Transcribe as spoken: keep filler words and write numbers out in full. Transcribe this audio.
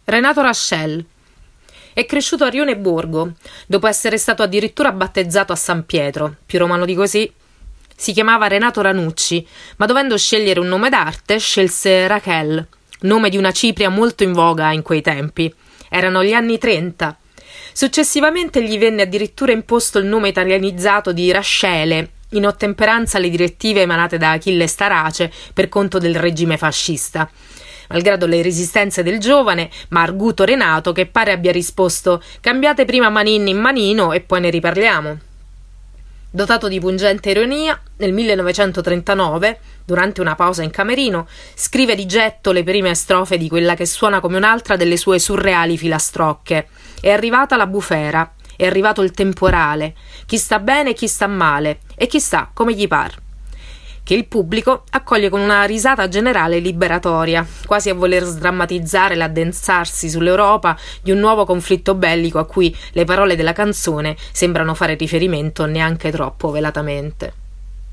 Renato Rascel. È cresciuto a Rione Borgo, dopo essere stato addirittura battezzato a San Pietro, più romano di così. Si chiamava Renato Ranucci, ma dovendo scegliere un nome d'arte scelse Raquel, nome di una cipria molto in voga in quei tempi. Erano gli anni trenta. Successivamente gli venne addirittura imposto il nome italianizzato di Rascele, in ottemperanza alle direttive emanate da Achille Starace per conto del regime fascista. Malgrado le resistenze del giovane, ma arguto Renato, che pare abbia risposto: cambiate prima Manin in Manino e poi ne riparliamo. Dotato di pungente ironia, nel millenovecentotrentanove, durante una pausa in camerino, scrive di getto le prime strofe di quella che suona come un'altra delle sue surreali filastrocche. È arrivata la bufera, è arrivato il temporale, chi sta bene e chi sta male, e chi sta come gli par. Che il pubblico accoglie con una risata generale liberatoria, quasi a voler sdrammatizzare l'addensarsi sull'Europa di un nuovo conflitto bellico a cui le parole della canzone sembrano fare riferimento neanche troppo velatamente.